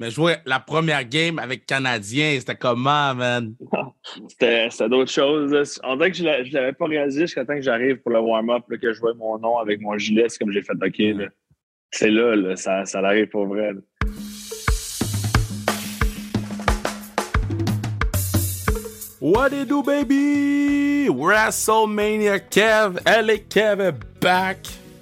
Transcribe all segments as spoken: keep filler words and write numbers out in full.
Mais jouer la première game avec Canadien, c'était comment, man? C'était, c'était d'autres choses. Là. On dirait que je ne l'avais pas réalisé jusqu'à temps que j'arrive pour le warm-up, là, que je vois mon nom avec mon gilet. C'est comme j'ai fait OK. Ouais. Là. C'est là, là, ça, ça arrive pour vrai. Là. What it do, baby? WrestleMania Kev. L A Kev est back.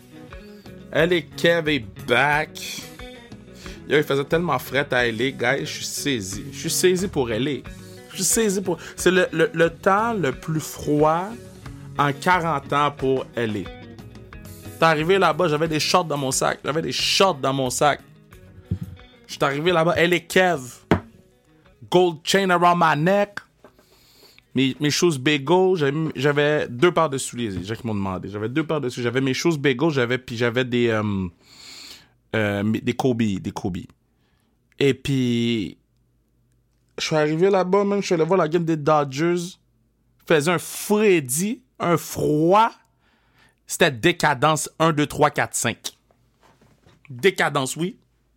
L A Kev est back. Yo, il faisait tellement fret à L A, guys. Je suis saisi. Je suis saisi pour L A. Je suis saisi pour... C'est le, le, le temps le plus froid en quarante ans pour L A. T'es arrivé là-bas, j'avais des shorts dans mon sac. J'avais des shorts dans mon sac. Je suis arrivé là-bas, L A Kev. Gold chain around my neck. Mes, mes shoes bagel, j'avais, j'avais deux paires de souliers, les gens qui m'ont demandé. J'avais deux paires de souliers. J'avais mes shoes bagel, j'avais, puis j'avais des, euh, euh, des Kobe, des Kobe. Et puis, je suis arrivé là-bas, même, je suis allé voir la game des Dodgers. Il faisait un Freddy, un froid. C'était décadence un, deux, trois, quatre, cinq. Décadence, oui.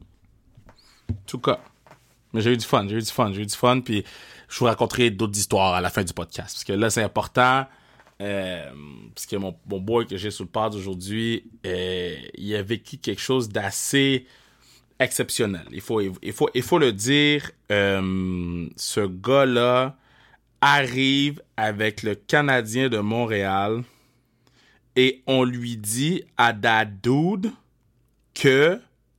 En tout cas. Mais j'ai eu du fun, j'ai eu du fun, j'ai eu du fun, puis je vous raconterai d'autres histoires à la fin du podcast. Parce que là, c'est important, euh, parce que mon, mon boy que j'ai sur le pod aujourd'hui, euh, il a vécu quelque chose d'assez exceptionnel. Il faut, il faut, il faut le dire, euh, ce gars-là arrive avec le Canadien de Montréal et on lui dit à that dude que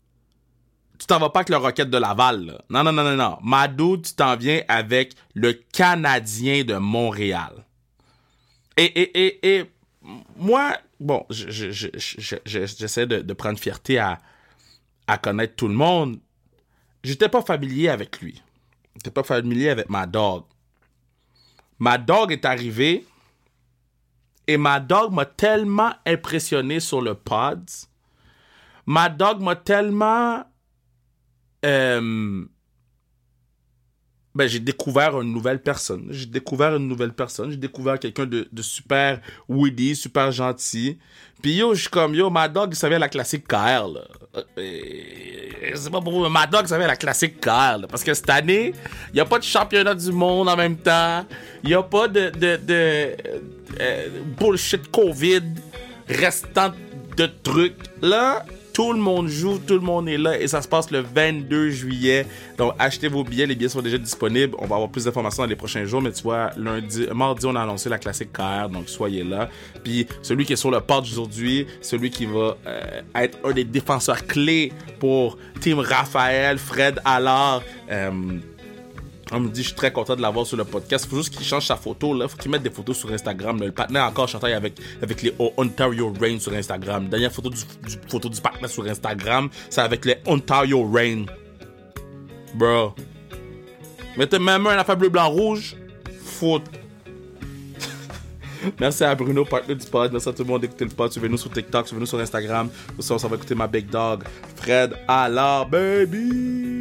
tu t'en vas pas avec le Rocket de Laval, là. Non, non, non, non, non. Madou, tu t'en viens avec le Canadien de Montréal. Et, et, et, et moi, bon, je, je, je, je, je, j'essaie de, de prendre fierté à, à connaître tout le monde. J'étais pas familier avec lui. J'étais pas familier avec Mad Dog. Mad Dog est arrivé et Mad Dog m'a tellement impressionné sur le pod. Mad Dog m'a tellement... Euh, ben, j'ai découvert une nouvelle personne. J'ai découvert une nouvelle personne. J'ai découvert quelqu'un de, de super witty, super gentil. Puis yo, je suis comme, yo, Mad Dog, il savait la classique K R, là. Euh, c'est pas pour vous, Mad Dog, il savait la classique K R, là. Parce que cette année, il n'y a pas de championnat du monde en même temps. Il n'y a pas de, de, de euh, bullshit COVID restant de trucs. Là, tout le monde joue, tout le monde est là et ça se passe le vingt-deux juillet. Donc, achetez vos billets, les billets sont déjà disponibles. On va avoir plus d'informations dans les prochains jours, mais tu vois, lundi, mardi, on a annoncé la classique K R, donc soyez là. Puis, celui qui est sur le pod aujourd'hui, celui qui va euh, être un des défenseurs clés pour Team Raphaël, Fred Allard, euh, on me dit, je suis très content de l'avoir sur le podcast. Il faut juste qu'il change sa photo, là. Faut qu'il mette des photos sur Instagram. Là. Le partenaire encore chantaille avec, avec les Ontario Reign sur Instagram. Dernière photo du, du, photo du partenaire sur Instagram, c'est avec les Ontario Reign. Bro. Mettez même un affaire bleu, blanc, rouge. Faute. Merci à Bruno, partenaire du pod. Merci à tout le monde d'écouter le pod. Suivez-nous sur TikTok, suivez-nous sur Instagram. Aussi, on s'en va écouter ma big dog, Fred Allard, baby.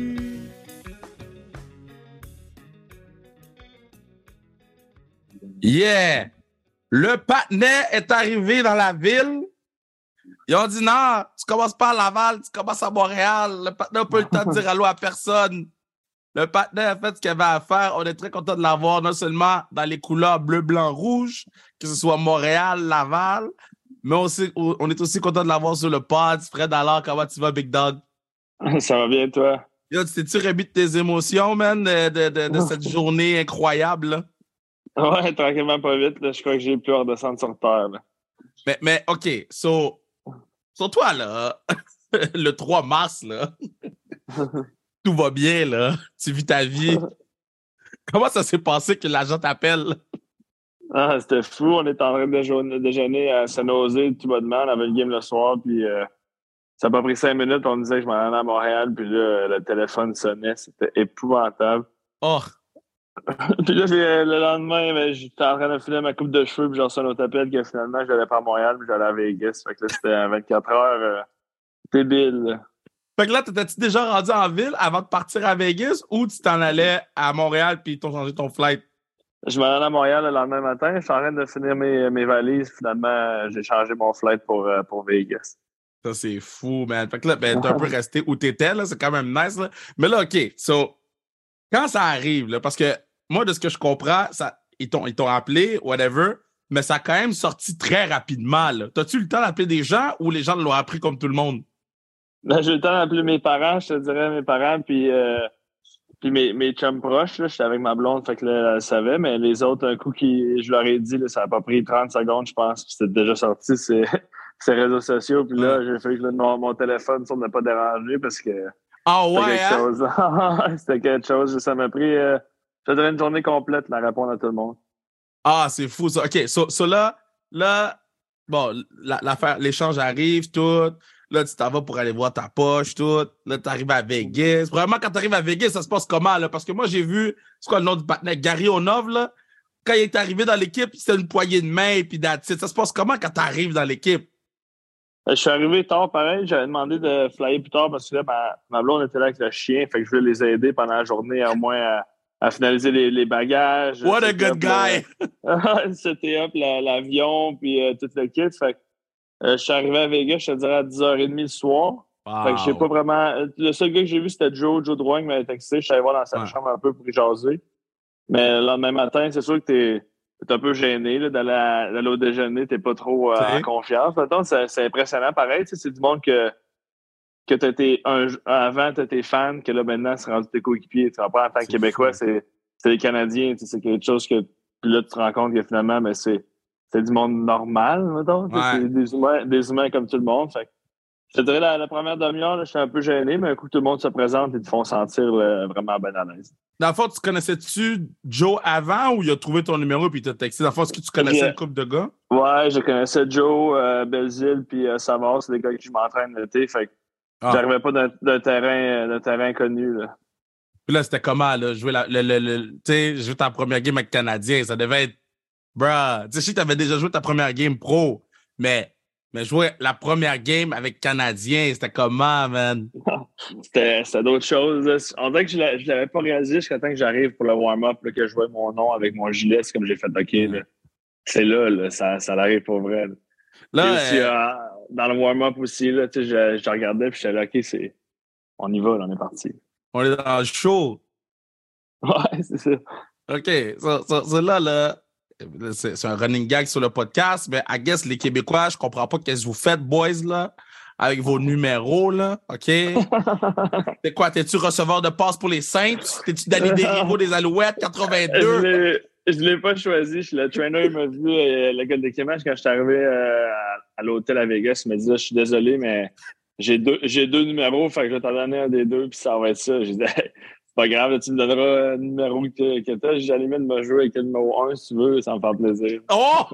Yeah! Le patinet est arrivé dans la ville. Ils ont dit non, tu commences pas à Laval, tu commences à Montréal. Le patinet n'a pas eu le temps de dire allô à personne. Le patinet a fait ce qu'il avait à faire. On est très content de l'avoir, non seulement dans les couleurs bleu, blanc, rouge, que ce soit Montréal, Laval, mais aussi, on est aussi content de l'avoir sur le pod. Fred Allard, comment tu vas, Big Dog? Ça va bien, toi? Yo, tu t'es-tu remis de tes émotions, man, de, de, de, de cette journée incroyable, là? Ouais, tranquillement, pas vite. Là, je crois que j'ai pu redescendre sur terre. Là. Mais, mais, OK, so, sur toi, là, le trois mars, là, tout va bien, là. Tu vis ta vie. Comment ça s'est passé que l'agent t'appelle? Ah, c'était fou. On était en train de déjeuner, déjeuner à San Jose, tout bonnement. On avait le game le soir, puis euh, ça n'a pas pris cinq minutes. On disait que je m'en allais à Montréal, puis là, le téléphone sonnait. C'était épouvantable. Oh! Puis là, le lendemain, ben, j'étais en train de filer ma coupe de cheveux, puis j'en sonne au tapette que finalement, j'allais pas à Montréal, puis j'allais à Vegas. Fait que là, c'était à vingt-quatre heures. Euh, débile. Fait que là, t'étais-tu déjà rendu en ville avant de partir à Vegas ou tu t'en allais à Montréal puis ils t'ont changé ton flight? Je m'en allais à Montréal le lendemain matin. Je suis en train de finir mes, mes valises. Finalement, j'ai changé mon flight pour, pour Vegas. Ça, c'est fou, man. Fait que là, ben, t'es un peu resté où t'étais, là. C'est quand même nice, là. Mais là, OK. So, quand ça arrive, là, parce que moi, de ce que je comprends, ça, ils t'ont, ils t'ont appelé, whatever, mais ça a quand même sorti très rapidement, là. T'as-tu eu le temps d'appeler des gens ou les gens l'ont appris comme tout le monde? Là, j'ai eu le temps d'appeler mes parents, je te dirais mes parents, puis, euh, puis mes, mes chums proches. Là, j'étais avec ma blonde, fait que là, elle savait, mais les autres, un coup, qui, je leur ai dit, là, ça n'a pas pris trente secondes, je pense, puis c'était déjà sorti, c'est, ces réseaux sociaux. Puis là, Hum. j'ai fait que mon, mon téléphone, ça ne m'a pas dérangé parce que Ah c'était ouais, quelque hein? chose. C'était quelque chose. Ça m'a pris, euh, je te dirais une journée complète à répondre à tout le monde. Ah, c'est fou, ça. OK, so, so là, là, bon, la- l'affaire, l'échange arrive, tout. Là, tu t'en vas pour aller voir ta poche, tout. Là, tu arrives à Vegas. Vraiment, quand tu arrives à Vegas, ça se passe comment, là? Parce que moi, j'ai vu, c'est quoi le nom du partenaire? Gary Onov, là. Quand il est arrivé dans l'équipe, c'était une poignée de main, puis that's it. Ça se passe comment quand tu arrives dans l'équipe? Euh, Je suis arrivé tard, pareil. J'avais demandé de flyer plus tard parce que là, ma, ma blonde était là avec le chien. Fait que je voulais les aider pendant la journée, au moins, à, à finaliser les, les bagages. What a C'était good up guy! le- C'était up la- l'avion, puis euh, tout le kit. Fait que euh, je suis arrivé à Vegas, je te dirais, à dix heures trente le soir. Fait que j'ai pas Wow. vraiment. Le seul gars que j'ai vu, c'était Joe, Joe Drouin qui m'avait texté. Je suis allé voir dans sa Ouais. chambre un peu pour y jaser. Mais le lendemain matin, c'est sûr que t'es t'es un peu gêné là, d'aller, à- d'aller au déjeuner, t'es pas trop euh, Tu en sais? confiance. Mettons, c'est, c'est impressionnant pareil. Tu sais, c'est du monde que, que t'as été un, avant, t'étais fan, que là maintenant, c'est rendu tes coéquipiers. Tu comprends, en tant que C'est Québécois, fou. c'est, c'est les Canadiens. Tu sais, c'est quelque chose que puis là, tu te rends compte que finalement, ben, c'est, c'est du monde normal, mettons. Tu sais, Ouais. c'est des humains, des humains comme tout le monde. Fait que je te dirais, la, la première demi-heure, là, j'étais un peu gêné, mais un coup, tout le monde se présente et te font sentir là, vraiment bien à l'aise. Dans le fond, tu connaissais-tu Joe avant ou il a trouvé ton numéro puis il t'a texté? Dans le fond, est-ce que tu connaissais le couple de gars? Ouais, je connaissais Joe, euh, Belzile, puis euh, Savard, c'est des gars avec qui je m'entraîne l'été. Fait que Ah. j'arrivais pas d'un, d'un terrain, euh, d'un terrain connu, là. Puis là, c'était comment, là, jouer la, le, le, le- tu sais, jouer ta première game avec Canadien? Ça devait être, bruh. Tu sais, je sais que t'avais déjà joué ta première game pro, mais, mais jouer la première game avec Canadien, c'était comment, man? C'était, c'était d'autres choses, là. On dirait que je l'avais, je l'avais pas réalisé jusqu'à temps que j'arrive pour le warm-up, là, que je vois mon nom avec mon gilet. C'est comme j'ai fait, OK, Ouais. là. C'est là, là, ça, ça arrive pour vrai, là. Puis Là, aussi, euh, euh, dans le warm-up aussi, là, tu sais, je, je regardais, puis j'étais là, OK, c'est, on y va, là, on est parti. on est dans le show. Ouais, c'est ça. OK, ça, ça, ça, là, là, c'est c'est un running gag sur le podcast, mais I guess les Québécois, je comprends pas qu'est-ce que vous faites, boys, là, avec vos numéros, là, OK? C'est quoi, t'es-tu receveur de passe pour les Saints? T'es-tu Danny Desrivaux des Alouettes, Je quatre-vingt-deux? l'ai, je l'ai pas choisi. Je- Le trainer m'a vu à l'école d'équipement quand je suis arrivé euh, à, à l'hôtel à Vegas. Il m'a dit, là, je suis désolé, mais j'ai deux, j'ai deux numéros, fait que je vais t'en donner un des deux, puis ça va être ça. J'ai dit, hey, c'est pas grave, là, tu me donneras un numéro que, que t'as. J'ai allé de me jouer avec le numéro un si tu veux, ça me fait plaisir. Oh!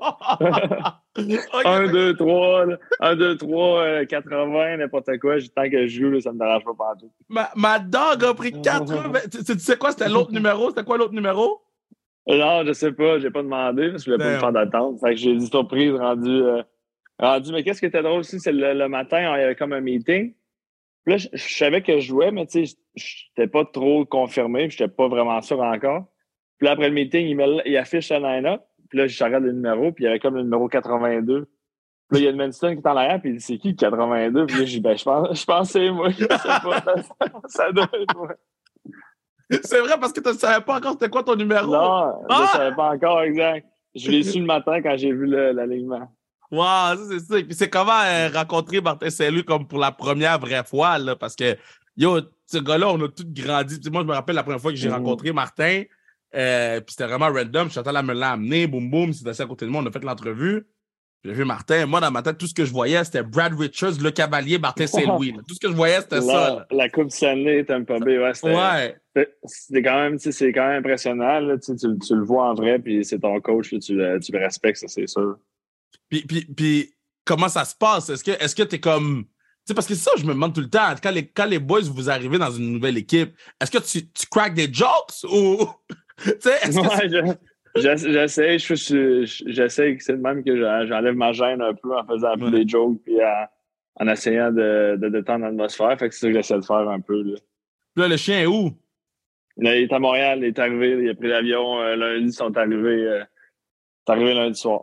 OK, un, fait- deux, trois, là. un, deux, trois, euh, quatre-vingts, n'importe quoi. Tant que je joue, là, ça me dérange pas partout. ma, ma dog a pris quatre-vingts. Tu, tu sais quoi, c'était l'autre numéro? C'était quoi l'autre numéro? Non, je sais pas, j'ai pas demandé parce que je voulais pas me faire Damn. d'attente. Fait que j'ai dit surprise, rendu, euh, rendu. Mais qu'est-ce qui était drôle aussi, c'est le, le matin, il y avait comme un meeting. Puis là, je, je savais que je jouais, mais tu sais, j'étais pas trop confirmé, puis j'étais pas vraiment sûr encore. Puis là, après le meeting, il, me, il affiche le line-up. Puis là, je regarde le numéro, puis il y avait comme le numéro quatre-vingt-deux. Puis là, il y a une Manston qui est en arrière, puis il dit, c'est qui le quatre-vingt-deux? Puis là, j'ai dit, ben, je pense, je pense que c'est moi, je sais pas. Ça, ça doit être moi. C'est vrai parce que tu ne savais pas encore c'était quoi ton numéro. Non, je Ah! savais pas encore exact. Je l'ai su le matin quand j'ai vu le- l'alignement. Wow, ça c'est ça. Puis c'est comment euh, rencontrer Martin Saint-Louis comme pour la première vraie fois, là, parce que, yo, ce gars-là, on a tous grandi. Puis moi, je me rappelle la première fois que j'ai Mhm. rencontré Martin, euh, puis c'était vraiment random. Je suis à me l'amener, boum, boum, c'est assis à côté de moi, on a fait l'entrevue. J'ai vu Martin. Moi, dans ma tête, tout ce que je voyais, c'était Brad Richards, le cavalier, Martin Saint-Louis. Là. Tout ce que je voyais, c'était ça. La, Là. la Coupe Stanley, Tampa Bay, ouais, c'était, Ouais. c'était quand même, tu sais, c'est quand même impressionnant, là, tu, sais, tu, tu le vois en vrai, puis c'est ton coach, là, tu, le, tu le respectes, ça, c'est sûr. Puis, puis, puis comment ça se passe? Est-ce que est-ce que t'es comme. Tu sais, parce que c'est ça, je me demande tout le temps. Quand les, quand les boys, vous arrivez dans une nouvelle équipe, est-ce que tu, tu cracks des jokes ou. Tu sais, est-ce que. Ouais, je- j'essa- j'essaie, je, je, je- j'essaie que c'est le même que j'en- j'enlève ma gêne un peu en faisant un peu Ouais. des jokes, puis en, en essayant de, de détendre l'atmosphère, fait que c'est ça que j'essaie de faire un peu, là. Puis là, le chien est où? Là, il est à Montréal, il est arrivé, il a pris l'avion, euh, lundi, ils sont arrivés, euh, c'est arrivé lundi soir.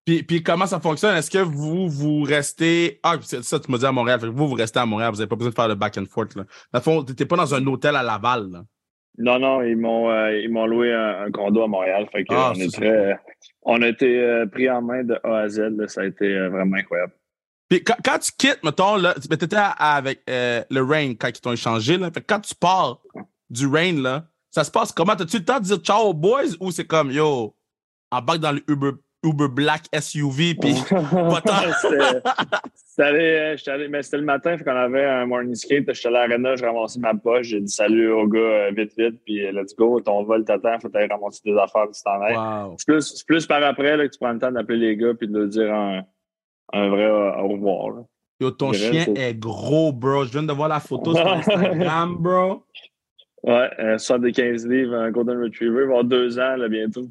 Puis, puis comment ça fonctionne? Est-ce que vous, vous restez... Ah, c'est ça, tu m'as dit à Montréal. Fait que vous, vous restez à Montréal. Vous n'avez pas besoin de faire le back and forth. Là. Dans le fond, t'étais pas dans un hôtel à Laval. Là. Non, non, ils m'ont euh, ils m'ont loué un, un condo à Montréal. Fait que Ah, euh, on ça, est c'est cool. très. euh, on a été euh, pris en main de A à Z. Là, ça a été euh, vraiment incroyable. Puis quand, quand tu quittes, mettons, là, tu étais avec euh, le Rain quand ils t'ont échangé. Là. Fait que quand tu pars du Rain, là, ça se passe comment? T'as-tu le temps de dire ciao aux boys ou c'est comme, yo, embarque dans le Uber, Uber Black S U V puis va-t'en. c'était, c'était allé, euh, j'étais allé- mais c'était le matin, fait qu'on avait un morning skate. J'étais allé à l'arena, je ramassais ma poche, j'ai dit salut au gars euh, vite, vite, puis euh, let's go, ton vol t'attend, faut aller ramasser des affaires, puis tu t'en ailles. Wow. C'est plus, c'est plus par après là, que tu prends le temps d'appeler les gars puis de leur dire un, un vrai euh, au revoir. Là. Yo, ton Je dirais, chien c'est- est gros, bro. Je viens de voir la photo sur Instagram, bro. Ouais, euh, soixante-quinze livres, un Golden Retriever, il va avoir deux ans là, bientôt.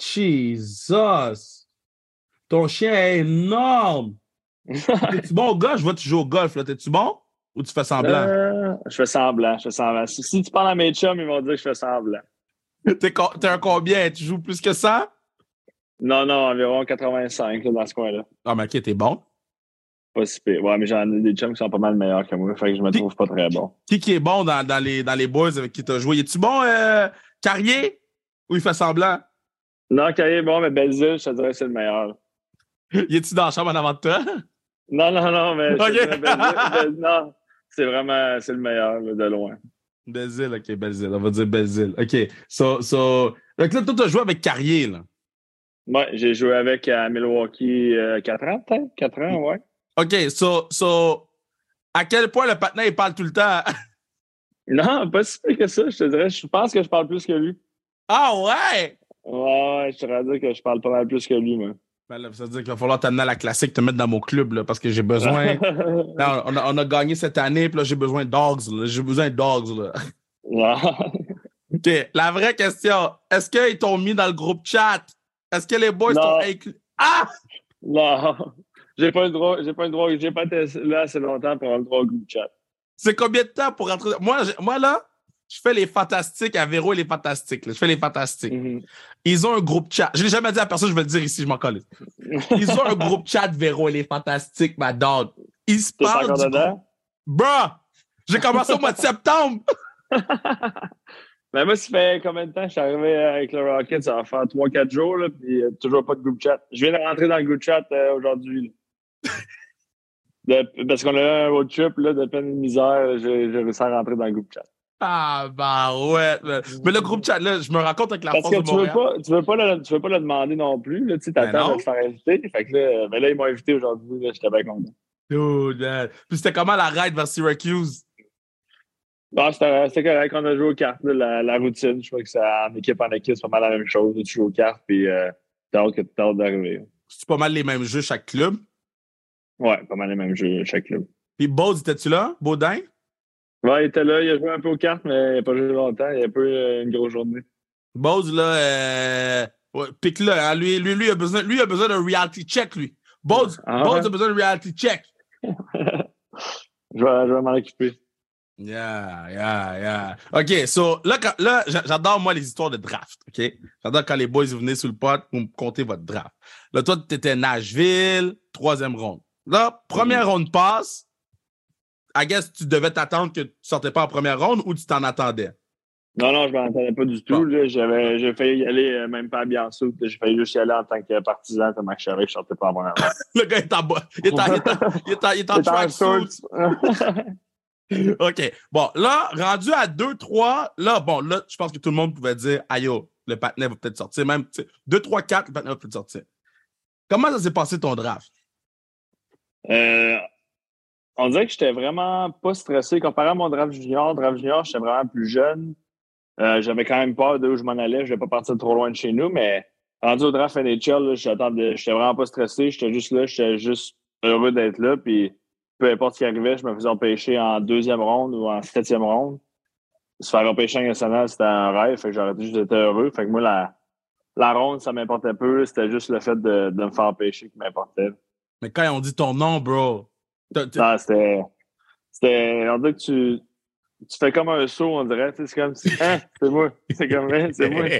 Jesus! Ton chien est énorme! T'es-tu bon au golf? Je vois que tu joues au golf, là. T'es-tu bon? Ou tu fais semblant? Euh, je fais semblant, je fais semblant. Si, si tu parles à mes chums, ils vont dire que je fais semblant. T'es, co- t'es un combien? Tu joues plus que ça? Non, non, environ quatre-vingt-cinq là, dans ce coin-là. Ah, mais ok, t'es bon. Pas si pire. Ouais, mais j'en ai des chums qui sont pas mal meilleurs que moi, fait que je me Qui, trouve pas très bon. qui, qui est bon dans, dans, les, dans les boys avec qui t'as joué? Es-tu bon, euh, Carrier? Ou il fait semblant? Non, Cahier, bon, mais Belzile, je te dirais que c'est le meilleur. Y es-tu dans la chambre en avant de toi? Non, non, non, mais je te Ok. dirais Belzile. Bel- non, c'est vraiment, c'est le meilleur, là, de loin. Belzile, ok, Belzile. On va dire Belzile. Ok. So, so... Donc là, toi, t'as joué avec Carrier, là. Ouais, j'ai joué avec à Milwaukee euh, quatre ans, peut-être? quatre ans, ouais. OK, so, so, à quel point le patin, il parle tout le temps? Non, pas si pire que ça, je te dirais. Je pense que je parle plus que lui. Ah ouais? Ouais, ouais, je te dire que je parle pas mal plus que lui, moi. Ben là, ça veut dire qu'il va falloir t'amener à la classique, te mettre dans mon club, là, parce que j'ai besoin... Là, on, a, on a gagné cette année, puis là, j'ai besoin de dogs, là. J'ai besoin de dogs, là. Non. OK, la vraie question, est-ce qu'ils t'ont mis dans le groupe chat? Est-ce que les boys Non. t'ont inclus? Ah! Non. J'ai pas le droit, j'ai pas le droit, j'ai pas été là assez longtemps pour avoir le droit au groupe chat. C'est combien de temps pour rentrer? Moi, je- moi là, je fais les fantastiques à Véro et les fantastiques. Là. Je fais les fantastiques. Mm-hmm. Ils ont un groupe chat. Je l'ai jamais dit à personne, je vais le dire ici, je m'en colle. Ils ont un groupe chat Véro et les fantastiques, ma dog. Ils se T'es parlent encore du dedans? groupe. Bruh! J'ai commencé au mois de septembre. Mais moi, ça fait combien de temps que je suis arrivé avec le Rocket? Ça va faire trois quatre jours, là, puis euh, toujours pas de groupe chat. Je viens de rentrer dans le groupe chat euh, aujourd'hui. De- parce qu'on a eu un road trip là, de peine et de misère, j'ai j'ai réussi à rentrer dans le groupe chat. Ah, bah ouais. Mais, mais le groupe chat, là, je me rends compte avec la Parce force que de tu veux Montréal. pas, tu veux pas le, tu veux pas le demander non plus. Là, tu sais, Ben t'attends non. de te faire inviter. Fait que là, ben là ils m'ont invité aujourd'hui. Là, j'étais bien content. Dude, man. Puis c'était comment la ride vers Syracuse? Bon, c'était c'était correct. On a joué aux cartes. Là, la, la routine, je crois que ça, en équipe en équipe, c'est pas mal la même chose. Tu joues aux cartes, puis euh, t'as hâte que t'as hâte d'arriver. C'est pas mal les mêmes jeux chaque club. Ouais, pas mal les mêmes jeux chaque club. Puis Baud, étais-tu là? Baudin? Ouais, il était là, il a joué un peu aux cartes, mais il n'a pas joué longtemps. Il a pas eu euh, une grosse journée. Baud, là, euh... ouais, pique-le. Hein? Lui, lui, lui, a besoin, lui a besoin d'un reality check, lui. Baud, Ah, Baud ouais? a besoin d'un reality check. je vais, je vais m'en occuper. Yeah, yeah, yeah. OK, so là, quand, là j'a- j'adore, moi, les histoires de draft, OK? J'adore quand les boys venaient sur le pot pour me compter votre draft. Là, toi, t'étais Nashville, troisième ronde. Là, première Mhm. ronde passe. I guess tu devais t'attendre que tu sortais pas en première ronde ou tu t'en attendais? Non, non, je ne m'en attendais pas du tout. Bon. Là. J'avais, j'ai failli y aller, euh, même pas à Bianso. J'ai failli juste y aller en tant que partisan, tellement que je savais que je sortais pas en première ronde. Le gars est en bas. Il est en, il est en, il est en, il est en J'étais en tracksuit. shorts. OK. Bon, là, rendu à deux trois, là, bon, là, je pense que tout le monde pouvait dire, aïe, oh, le patinet va peut-être sortir. Même, deux trois quatre, le patinet va peut-être sortir. Comment ça s'est passé ton draft? Euh, on dirait que j'étais vraiment pas stressé. Comparé à mon draft junior, draft junior, j'étais vraiment plus jeune. Euh, j'avais quand même peur d'où je m'en allais. Je ne vais pas partir trop loin de chez nous, mais rendu au draft N H L, là, j'attendais- j'étais vraiment pas stressé. J'étais juste là, j'étais juste heureux d'être là. Puis peu importe ce qui arrivait, je me faisais empêcher en deuxième ronde ou en septième ronde. Se faire empêcher en national, c'était un rêve. Fait que j'aurais juste été heureux. Fait que moi, la, la ronde, ça m'importait peu. C'était juste le fait de, de me faire empêcher qui m'importait. Mais quand on dit ton nom, bro, t'as- t'as- Non, c'était. C'était. On dirait que tu. tu fais comme un saut, on dirait. C'est comme, hein, c'est moi. C'est comme, hein, c'est moi.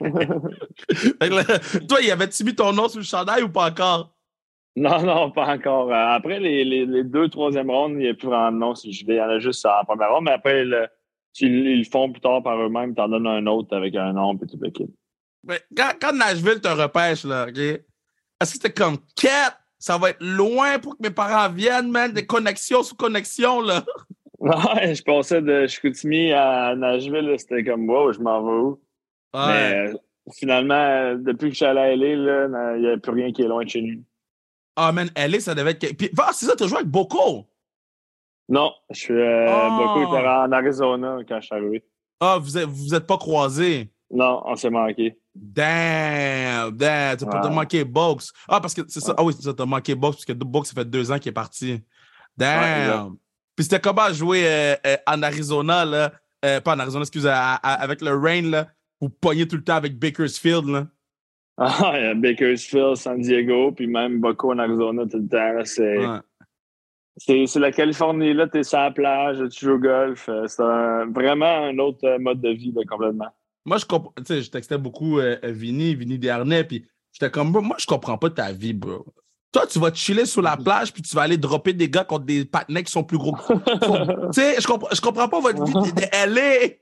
Là, toi, y avait-tu mis ton nom sur le chandail ou pas encore? Non, non, pas encore. Après les, les, les deux, troisième rondes, il n'y a plus vraiment de nom sur le gilet. Il y en a juste à la première ronde, mais après, le, tu, ils le font plus tard par eux-mêmes, ils t'en donnent un autre avec un nom, puis tout le kit. Mais quand, quand Nashville te repêche, là, OK? Est-ce que c'était comme quête? Ça va être loin pour que mes parents viennent, man. Des connexions sous connexions, là. Ouais, je passais de Chicoutimi à Nashville, là, c'était comme, wow, je m'en vais où? Ouais. Mais euh, finalement, euh, depuis que je suis allé à L A, là, il n'y a plus rien qui est loin de chez nous. Ah, man, L A, ça devait être. Puis, ah, c'est ça, t'as joué avec Boko. Non, je suis. Euh, Beaucoup était Oh. en Arizona quand je suis arrivé. Ah, vous êtes, vous êtes pas croisés. Non, on s'est manqué. Damn, damn, t'as pas Ouais. manqué Box. Ah, parce que c'est ça. Ouais. Ah oui, c'est ça, t'as manqué Box, parce que Box, ça fait deux ans qu'il est parti. Ouais, Damn. Puis c'était comment jouer euh, euh, en Arizona, là? Euh, pas en Arizona, excusez, à- à- avec le Rain, là, vous pognez tout le temps avec Bakersfield, là. Ah, il y a Bakersfield, San Diego, puis même Boco en Arizona tout le temps. Là, c'est, Ouais. c'est, c'est la Californie, là, t'es sur la plage, tu joues au golf. euh, C'est un, vraiment un autre euh, mode de vie, là, complètement. Moi, je comprends. Tu sais, je textais beaucoup euh, Vinny, Vinny Dernay, puis j'étais comme, bro, moi, je comprends pas ta vie, bro. Toi, tu vas chiller sur la plage, puis tu vas aller dropper des gars contre des partenaires qui sont plus gros que toi. Tu sais, je comprends, je comprends pas votre vie de L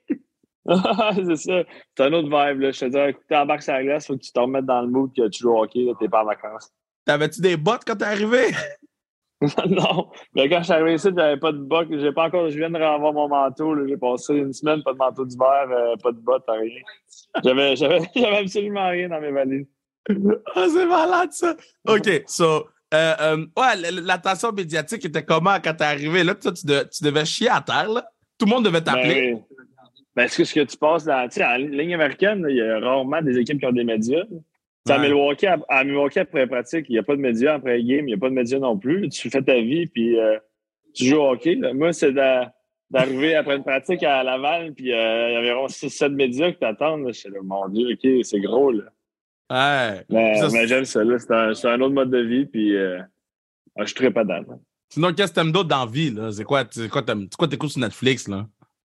A. C'est ça. C'est un autre vibe, là. Je te dis, écoute, t'embarques sur la glace, faut que tu te remettes dans le mood que tu joues au hockey, là, t'es pas en vacances. T'avais-tu des bottes quand t'es arrivé? Non, mais quand je suis arrivé ici, j'avais pas de bottes. J'ai pas encore, je viens de revoir mon manteau. Là. J'ai passé une semaine, pas de manteau d'hiver, euh, pas de bottes, rien. J'avais, j'avais, j'avais absolument rien dans mes valises. Ah, c'est malade, ça. OK, so, euh, euh, ouais, l'attention médiatique était comment quand t'es arrivé? Là, toi, tu, de, tu devais chier à terre, là. Tout le monde devait t'appeler. Ben oui. Ben, est-ce que ce que tu passes dans, tu sais, en ligne américaine, il y a rarement des équipes qui ont des médias. Ouais. À Milwaukee, à, à Milwaukee, après pratique, il n'y a pas de médias après game, il n'y a pas de médias non plus. Tu fais ta vie, puis euh, tu joues au hockey. Là. Moi, c'est de, d'arriver après une pratique à Laval, puis euh, il y avait environ six sept médias qui t'attendent. Je suis là, mon Dieu, OK, c'est gros, là. Ouais. Mais, ça, mais j'aime ça, là. C'est un, c'est un autre mode de vie, puis euh, je suis très pas dedans. Sinon, qu'est-ce que t'aimes d'autre dans la vie, là? C'est quoi, c'est quoi, t'aimes, c'est quoi t'écoutes sur Netflix, là?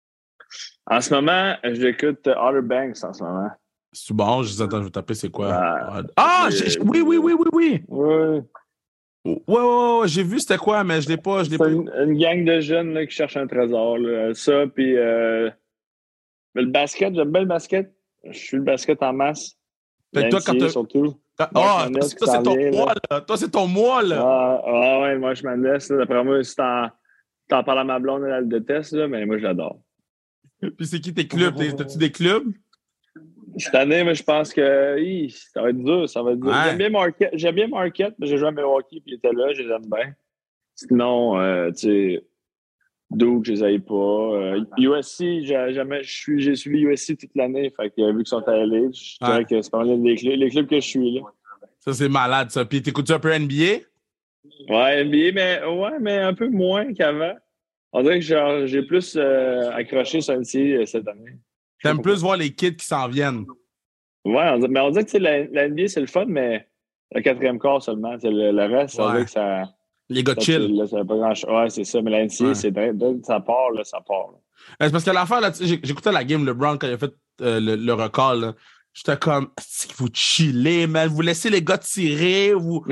En ce moment, j'écoute Outer Banks en ce moment. C'est bon, je, attends, je vais taper, c'est quoi? Ouais. Ah! J'ai, oui, oui, oui, oui, oui! Oui. Ouais, ouais, ouais, j'ai vu c'était quoi, mais je l'ai pas. Je l'ai c'est pas... Une, une gang de jeunes là, qui cherchent un trésor. Là. Ça, puis euh, le basket, j'aime bien le basket. Je suis le basket en masse. Fait que toi, quand t'as... surtout. Ah, oh, toi, toi c'est ton vient, mois, là. là. Toi, c'est ton mois, là. Ah, ah ouais, moi, je m'en laisse. D'après moi, si t'en, t'en parles à ma blonde, elle le déteste, là, mais moi, je l'adore. Puis c'est qui tes clubs? T'as-tu des clubs? Cette année, mais je pense que hi, ça va être dur. Ça va être dur. Ouais. J'aime bien Marquette. J'aime bien Marquette, mais j'ai joué à Milwaukee, puis il était là, je les aime bien. Sinon, euh, tu sais, Duke, je les aille pas. Euh, U S C, j'ai, jamais, je suis, j'ai suivi U S C toute l'année, fait que vu qu'ils sont allés, je dirais ouais. que c'est pas mal les clubs, les clubs que je suis là. Ça, c'est malade, ça. Puis t'écoutes-tu un peu N B A? Ouais, N B A, mais, ouais, mais un peu moins qu'avant. On dirait que genre, j'ai plus euh, accroché sur N C A A cette année. T'aimes plus voir les kids qui s'en viennent. Ouais, on dirait, mais on dirait que la, la N B A, c'est le fun, mais le quatrième quart seulement. Le, le reste, ouais. On dirait que ça... Les gars chill. Là, ça pas grand... Ouais, c'est ça. Mais la N C A A, ouais. C'est dès que ça part, là, ça part. Là. C'est parce que l'affaire, là, j'écoutais la game LeBron quand il a fait euh, le, le record. Là. J'étais comme, c'est vous chillez, man. Vous laissez les gars tirer. Vous...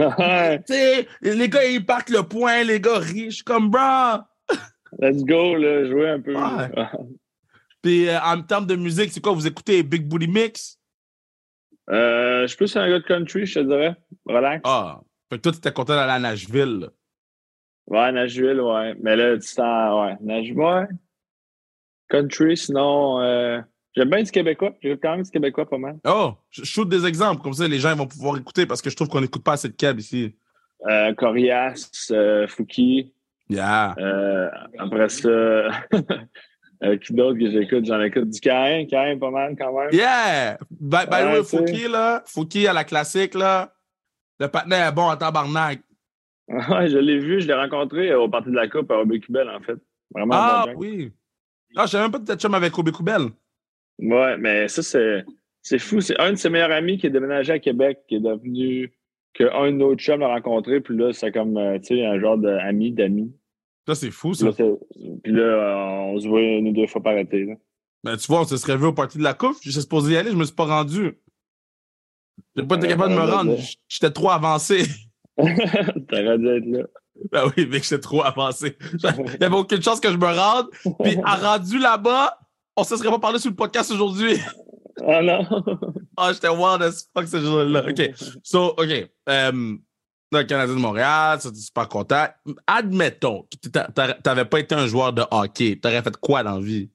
les gars, ils partent le point. Les gars rient. Je suis comme, bro. Let's go, là. Jouer un peu. Ouais. Puis, euh, en termes de musique, c'est quoi? Vous écoutez Big Booty Mix? Euh, je suis plus un gars de country, je te dirais. Relax. Ah. Fait que toi, tu étais content d'aller à Nashville. Là. Ouais, Nashville, ouais. Mais là, tu sens, ouais. Nashville, ouais. Country, sinon, euh, j'aime bien du québécois. J'aime quand même du québécois pas mal. Oh, je shoot des exemples. Comme ça, les gens vont pouvoir écouter parce que je trouve qu'on n'écoute pas assez de Keb ici. Euh, Corias, euh, Fouki. Yeah. Euh, après ça... Euh, qui d'autre que j'écoute? J'en écoute du Caïn, Caïn pas mal quand même. Yeah! By, by ouais, the way, Fouki, là, Fouki à la classique, là, le partenaire est bon en tabarnak. Ouais, je l'ai vu, je l'ai rencontré au parti de la Coupe à Aubé-Cubelle, en fait. Vraiment ah, bon oui. Ah, je savais même pas que tu étais chum avec Aubé-Cubelle. Ouais, mais ça, c'est, c'est fou. C'est un de ses meilleurs amis qui est déménagé à Québec, qui est devenu... qu'un de nos chums l'a rencontré, puis là, c'est comme, tu sais, un genre d'ami, d'amis. Ça, c'est fou, Puis ça. là, c'est- puis là, on se voit une ou deux fois par été. Là. Ben, tu vois, on se serait vu au party de la coupe. J'étais supposé y aller, je me suis pas rendu. J'ai pas été Euh, capable de me T'aurais dû rendre. être J'étais trop avancé. là. T'aurais dû être là. Ben oui, mec, j'étais trop avancé. Il y avait aucune chance que je me rende. Puis, à rendu là-bas, on se serait pas parlé sur le podcast aujourd'hui. Ah non! Ah, j'étais wild as fuck ce jour-là. OK. So, OK. Um, le Canadien de Montréal, ça, t'es super content. Admettons que t'a- t'a- t'avais pas été un joueur de hockey. T'aurais fait quoi dans la vie?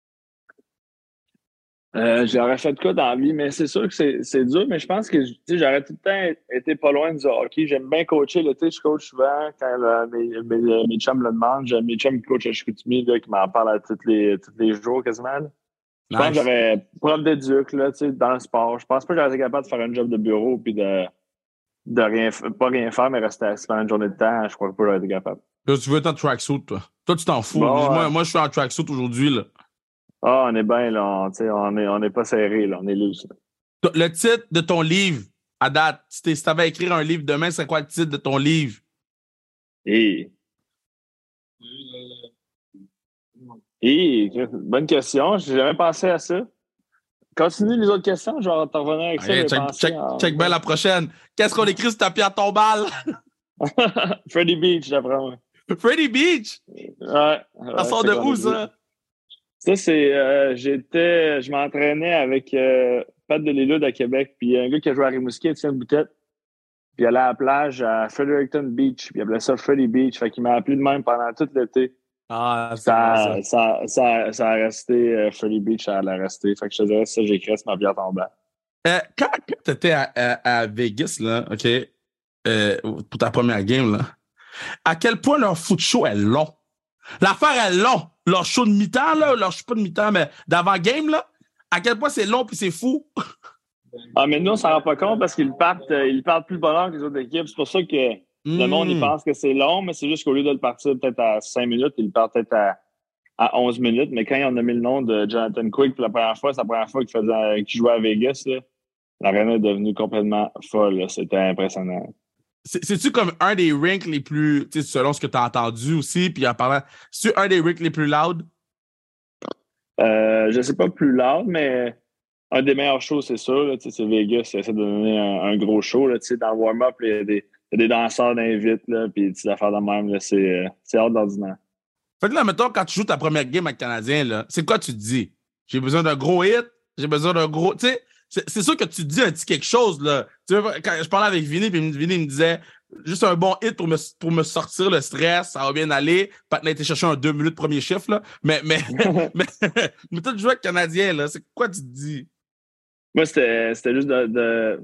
Euh, j'aurais fait de quoi dans la vie, mais c'est sûr que c'est, c'est dur, mais je pense que tu sais, j'aurais tout le temps été pas loin du hockey. J'aime bien coacher. Là, tu sais, je coach souvent quand là, mes, mes, mes chums le demandent. J'ai mes chums qui coachent à Chicoutimi là, qui m'en parlent à tous les, tous les jours quasiment. Là. Je pense que Nice. j'aurais prof d'éduc là, tu sais, dans le sport. Je pense pas que j'aurais été capable de faire un job de bureau puis de, de rien, f- pas rien faire, mais rester assis pendant une journée de temps. Je crois pas que j'aurais été capable. Là, tu veux être en tracksuit, toi. Toi, tu t'en fous. Bon, Moi, ouais. moi, je suis en tracksuit aujourd'hui, là. Ah, on est bien, là. On, tu sais, on est, on est pas serré, là. On est loose. Le titre de ton livre, à date, si t'es- si t'avais à écrire un livre demain, c'est quoi le titre de ton livre? Et. Et, bonne question. J'ai jamais pensé à ça. Continue les autres questions. Je vais t'en revenir avec ça. Allez, J'ai check, pensé check, en- check bien la prochaine. Qu'est-ce qu'on écrit sur ta pierre tombale? Freddie Beach, d'après moi. Freddie Beach? Ouais. Ça ouais sort c'est de qu'on où, a dit. ça? Ça, c'est. Euh, j'étais. Je m'entraînais avec euh, Pat Delisle à Québec. Puis il y a un gars qui a joué à Rimouski, Étienne Boutette. Puis il allait à la plage à Fredericton Beach. Puis il appelait ça Freddie Beach. Fait qu'il m'a appelé de même pendant tout l'été. Ah, c'est bon, Ça, ça. ça, ça, ça a resté, euh, Freddie Beach, ça a resté. Fait que je te dirais, ça, j'écris sur ma pierre tombale. Euh, quand quand t'étais à, à, à Vegas, là, OK, euh, pour ta première game, là, à quel point leur foot show est long? L'affaire est long. Leur show de mi-temps, là, leur show pas de mi-temps, mais d'avant-game, là, à quel point c'est long puis c'est fou? Ah, mais nous, on s'en rend pas compte parce qu'ils partent, euh, ils partent plus bonheur que les autres équipes. C'est pour ça que le monde, il Mm. pense que c'est long, mais c'est juste qu'au lieu de le partir peut-être à cinq minutes, ils le partent peut-être à, à onze minutes. Mais quand ils ont nommé le nom de Jonathan Quick pour la première fois, c'est la première fois qu'il faisait, qu'il jouait à Vegas, là, l'aréna est devenue complètement folle. Là. C'était impressionnant. C'est- C'est-tu comme un des rinks les plus, tu sais, selon ce que tu as entendu aussi, puis en parlant, c'est-tu un des rinks les plus loud? Euh, je sais pas plus loud, mais un des meilleurs shows, c'est sûr. Là, c'est Vegas, ça essaie de donner un, un gros show. Là, dans le warm-up, il y a des, il y a des danseurs d'invite, puis des petites affaires de même. Là, c'est, euh, c'est hors d'ordinaire. Fait que là, mettons, quand tu joues ta première game avec le Canadien, là, c'est quoi tu te dis? J'ai besoin d'un gros hit, j'ai besoin d'un gros. Tu sais, c'est, c'est sûr que tu te dis un petit quelque chose, là. Tu sais, quand je parlais avec Vinny, puis Vinny me disait juste un bon hit pour me, pour me sortir le stress, ça va bien aller. Pat a été chercher un deux minutes premier chiffre, là. Mais, mais, mais, mais toi, tu joues avec le Canadien, là. C'est quoi tu te dis? Moi, c'était, c'était juste de, de,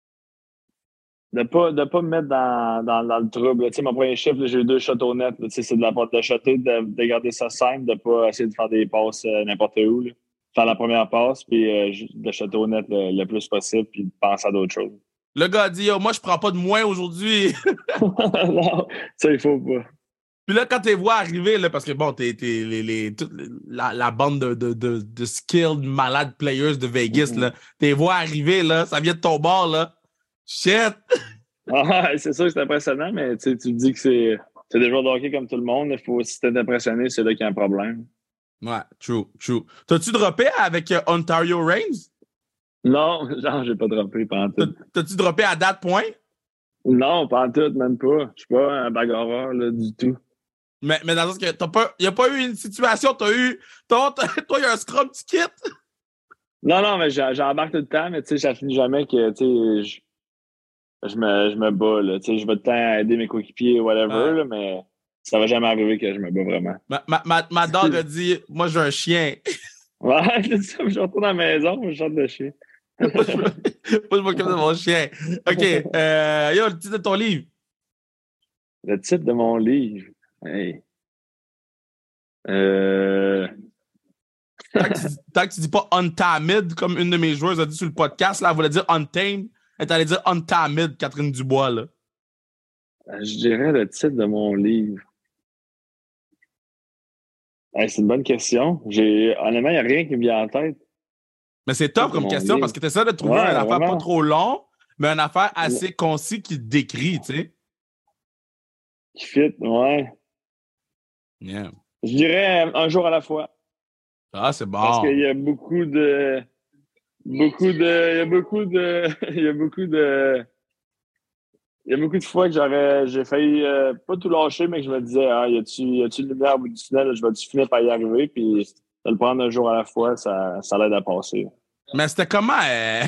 de pas, de pas me mettre dans, dans, dans le trouble. Tu sais, mon premier chiffre, là, j'ai eu deux shots au net. Là, tu sais, c'est de la porte de shotter, de, de garder ça simple, de pas essayer de faire des passes euh, n'importe où. Là. Faire la première passe, puis euh, juste de shotter au net le, le plus possible, puis de penser à d'autres choses. Le gars a dit, yo, moi, je prends pas de moins aujourd'hui. Non, ça, il faut pas. Puis là, quand tu les vois arriver, là, parce que bon, t'es, t'es les, les, toute la, la bande de, de, de, de skilled, malades players de Vegas, Mm-hmm. là, t'es vois arriver, là, ça vient de ton bord, là. Shit! Ah, c'est sûr que c'est impressionnant, mais tu te dis que c'est, c'est des joueurs de hockey comme tout le monde. Il faut, si t'es impressionné, c'est là qu'il y a un problème. Ouais, true, true. T'as-tu droppé avec euh, Ontario Reigns? Non, genre, j'ai pas droppé pendant T'as, tout. t'as-tu droppé à date point? Non, pas en tout, même pas. Je suis pas un bagarreur, là, du tout. Mais, mais dans le sens que t'as pas, y a pas eu une situation, t'as eu, t'as, t'as- toi, y a un scrum, tu quittes? Non, non, mais j'en- j'embarque tout le temps, mais tu sais, ça finit jamais que, tu sais, je, je me, je me bats, là. Tu sais, je vais tout le temps aider mes coéquipiers, whatever, Ouais. là, mais ça va jamais arriver que je me bats vraiment. Ma, ma, ma, ma dog a dit, moi, j'ai un chien. Ouais, c'est ça, je retourne à la maison, je chante de chien. Moi, je me- moi, je m'occupe de mon chien. OK. Euh, yo, le titre de ton livre. Le titre de mon livre. Hey. Euh... Tant que, tu, tant que tu dis pas untamed, comme une de mes joueuses a dit sur le podcast, là, elle voulait dire untamed. Elle est allée dire untamed, Catherine Dubois, là. Je dirais le titre de mon livre. Hey, c'est une bonne question. J'ai... Honnêtement, il n'y a rien qui me vient en tête. Mais c'est top comme Mon question livre. parce que tu essaies de trouver Ouais, une affaire vraiment. pas trop long, mais une affaire assez concis qui te décrit, tu sais. Qui fit, ouais. Yeah. Je dirais un jour à la fois. Ah, c'est bon. Parce qu'il y a beaucoup de... Beaucoup de... Il y a beaucoup de... Il y a beaucoup de... Il y a beaucoup de fois que j'aurais, j'ai failli euh, pas tout lâcher, mais que je me disais, ah, y a-tu, y a-tu une lumière au bout du tunnel, je vais-tu finir par y arriver, puis de le prendre un jour à la fois, ça, ça l'aide à passer. Mais c'était comment, euh...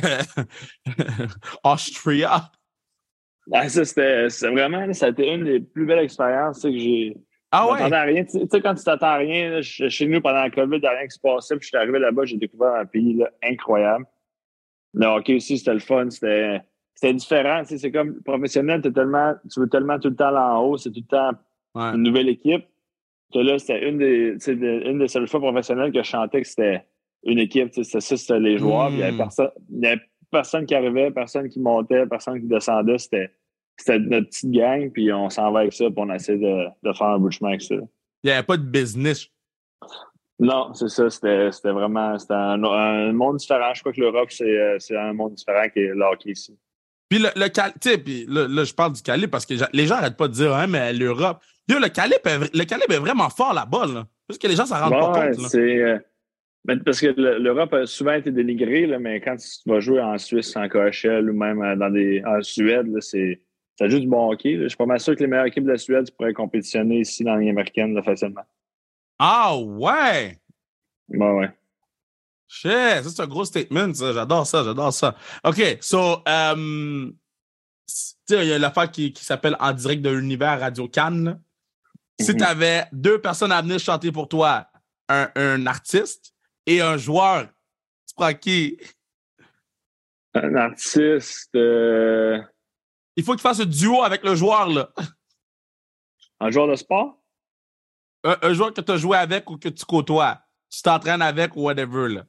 Austria? Ah, ça, c'était, c'est vraiment, ça a été une des plus belles expériences, que j'ai. Ah Je ouais? m'attendais à rien. Tu sais, quand tu t'attends à rien, là, chez nous, pendant la COVID, il n'y a rien qui se passait, puis je suis arrivé là-bas, j'ai découvert un pays là, incroyable. Le hockey aussi, c'était le fun, c'était, c'était différent. Tu sais, c'est comme professionnel, t'es tellement, tu veux tellement tout le temps aller en haut, c'est tout le temps Ouais. une nouvelle équipe. Que là, c'était une des, tu sais, de- une des seules fois professionnelles que je chantais que c'était une équipe. Tu sais, C'était ça, c'était les joueurs. puis Il n'y avait, Mm. personne- il y avait personne qui arrivait, personne qui montait, personne qui descendait. C'était, c'était notre petite gang, puis on s'en va avec ça, puis on essaie de, de faire un bout de chemin avec ça. Il n'y avait pas de business. Non, c'est ça. C'était, c'était vraiment c'était un, un monde différent. Je crois que l'Europe, c'est, euh, c'est un monde différent que le hockey ici. Puis le, le cal- tu sais, puis là, là, je parle du calibre parce que ja- les gens n'arrêtent pas de dire, hein, mais l'Europe. Yo, le calibre, est, le calibre est vraiment fort là-bas, là. Juste que les gens s'en rendent Bon, pas ouais, compte, là. c'est. euh, mais parce que le- l'Europe a souvent été dénigrée, là, mais quand tu vas jouer en Suisse, en K H L ou même euh, dans des, en Suède, là, c'est, ça joue du bon hockey. Là. Je suis pas mal sûr que les meilleures équipes de la Suède tu pourrais compétitionner ici dans la Ligue américaine là, facilement. Ah ouais! Ouais, ouais. Shit, ça, c'est un gros statement, ça. J'adore ça, j'adore ça. OK, so, um, tu sais, il y a l'affaire qui, qui s'appelle En direct de l'univers Radio Cannes, là. Si Mhm. tu avais deux personnes à venir chanter pour toi, un, un artiste et un joueur, tu prends qui? Un artiste, euh, Il faut qu'il fasse un duo avec le joueur, là. un joueur de sport? Un, un joueur que tu as joué avec ou que tu côtoies. Tu t'entraînes avec ou whatever, là.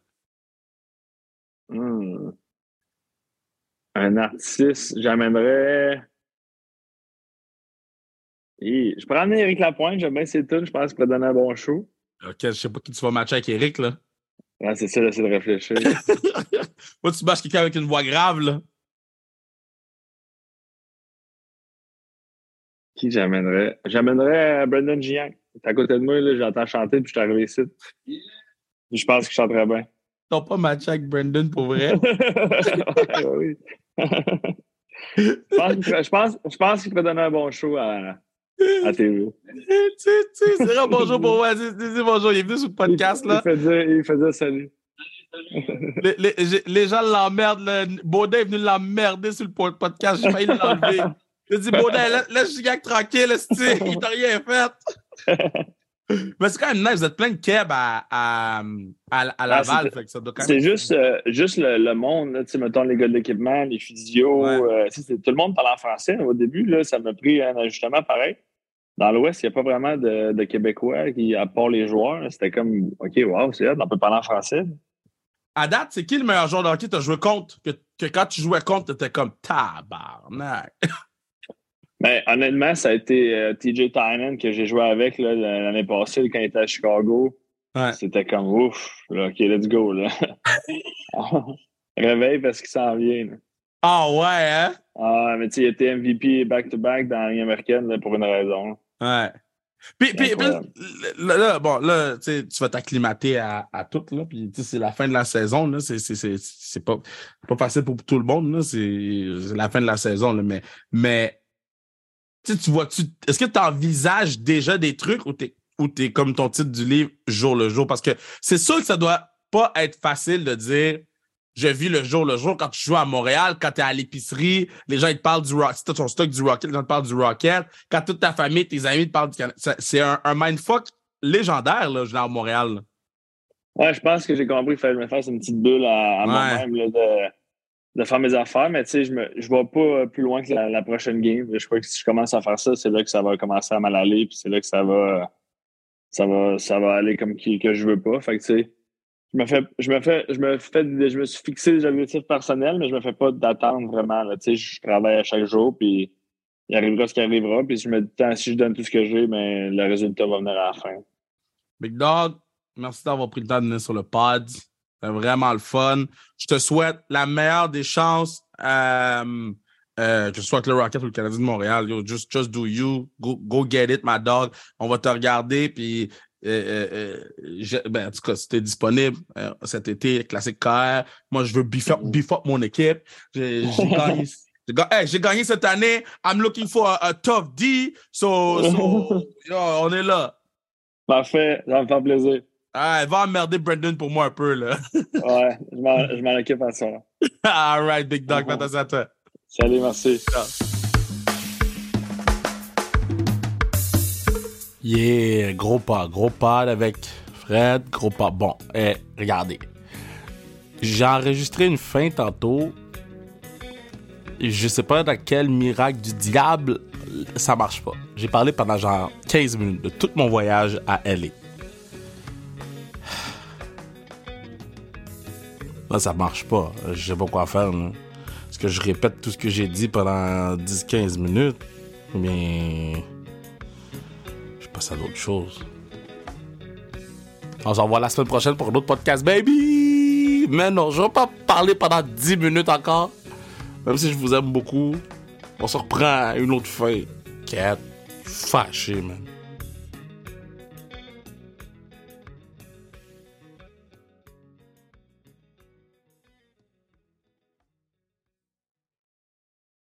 Hmm. Un artiste, j'amènerais. Hi, Je prends Éric Lapointe, j'aime bien ses tunes, je pense qu'il pourrait donner un bon show. OK, je sais pas qui tu vas matcher avec Eric, là. Ouais, c'est ça, j'essaie de réfléchir. Moi, tu matches quelqu'un avec une voix grave, là. Qui j'amènerais? J'amènerais euh, Brendan Giang. Il est à côté de moi, là, j'entends chanter, puis je suis arrivé ici. Je pense qu'il chanterait bien. T'as pas matché avec Brandon pour vrai? oui. je pense, qu'il pourrait- je pense, je pense qu'il pourrait donner un bon show à, à T V. tu sais, tu sais, c'est vrai, bonjour pour moi. Dis, dis, dis bonjour. Il est venu sur le podcast, il, là. Il faisait, il faisait salut. Les, les, les gens l'emmerdent. Là. Baudin est venu l'emmerder sur le podcast. J'ai failli l'enlever. J'ai dit, Baudin, laisse, laisse Gigac tranquille, il t'a rien fait. Mais c'est quand même nice. Vous êtes plein de keb à, à, à, à Laval. Ah, fait que ça doit quand c'est même juste, euh, juste le, le monde, là, mettons les gars de l'équipement, les physios. Ouais. Euh, c'est, tout le monde parle en français. Au début, là, ça m'a pris un ajustement pareil. Dans l'Ouest, il n'y a pas vraiment de, de Québécois qui, à part les joueurs. C'était comme, OK, wow, c'est hot, on peut parler en français. À date, c'est qui le meilleur joueur de hockey que tu as joué contre? Que, que quand tu jouais contre, tu étais comme tabarnak. Mais honnêtement, ça a été euh, T J Tynan que j'ai joué avec là, l'année passée quand il était à Chicago. Ouais. C'était comme ouf. Là, OK, let's go. Là. Réveille parce qu'il s'en vient. Là. Ah ouais, hein? Ah, mais tu sais, il était M V P back-to-back dans la Ligue américaine là, pour une raison. Ouais. Puis, puis, puis là, là, bon, là, tu vas t'acclimater à, à tout, là, puis c'est la fin de la saison, là, c'est, c'est, c'est, c'est pas, pas facile pour tout le monde, là, c'est, c'est la fin de la saison, là, mais, mais, tu tu vois-tu, est-ce que tu envisages déjà des trucs ou t'es, ou t'es comme ton titre du livre jour le jour? Parce que c'est sûr que ça doit pas être facile de dire, je vis le jour le jour quand tu joues à Montréal, quand t'es à l'épicerie, les gens ils te parlent du Rocket, si t'as ton stock du Rocket, les gens te parlent du Rocket, quand toute ta famille, tes amis te parlent du Canada. C'est un, un mindfuck légendaire, là, je à Montréal. Là. Ouais, je pense que j'ai compris qu'il fallait me faire une petite bulle à, à ouais. moi-même là, de, de faire mes affaires, mais tu sais, je ne je vais pas plus loin que la, la prochaine game. Je crois que si je commence à faire ça, c'est là que ça va commencer à mal aller, puis c'est là que ça va ça va ça va aller comme qui, que je veux pas. Fait que tu sais. Je me fais, je me fais, je me fais, je me suis fixé des objectifs personnels, mais je me fais pas d'attendre vraiment. Là. Tu sais, je travaille à chaque jour, puis il arrivera ce qui arrivera. Puis si je me dis, si je donne tout ce que j'ai, mais le résultat va venir à la fin. Big Dog, merci d'avoir pris le temps de venir sur le pod. C'est vraiment le fun. Je te souhaite la meilleure des chances euh, Euh, que ce soit avec le Rocket ou le Canadien de Montréal, yo, just, just do you. Go, go get it, my dog. On va te regarder, puis euh, euh, je, ben, en tout cas, si t'es disponible euh, cet été, classique K R. Moi, je veux beef up, beef up mon équipe. J'ai, j'ai gagné. J'ai, ga- hey, j'ai gagné cette année. I'm looking for a, a tough D. So, so yo, on est là. Parfait, ça va me faire plaisir. Ah, va emmerder Brandon pour moi un peu, là. Ouais, je m'en, je m'en occupe à ça. All right, big dog, uh-huh. Attention à toi. Salut, merci. Ciao. Yeah, gros pas, gros pas avec Fred, gros pas. Bon, eh, regardez. J'ai enregistré une fin tantôt. Je sais pas dans quel miracle du diable ça marche pas. J'ai parlé pendant genre quinze minutes de tout mon voyage à L A. Là, ça marche pas. Je sais pas quoi faire, là. Est-ce que je répète tout ce que j'ai dit pendant dix à quinze minutes? Mais je passe à d'autres choses. On se revoit la semaine prochaine pour un autre podcast, baby! Mais non, je vais pas parler pendant dix minutes encore. Même si je vous aime beaucoup. On se reprend à une autre fin. Cat, fâché, man.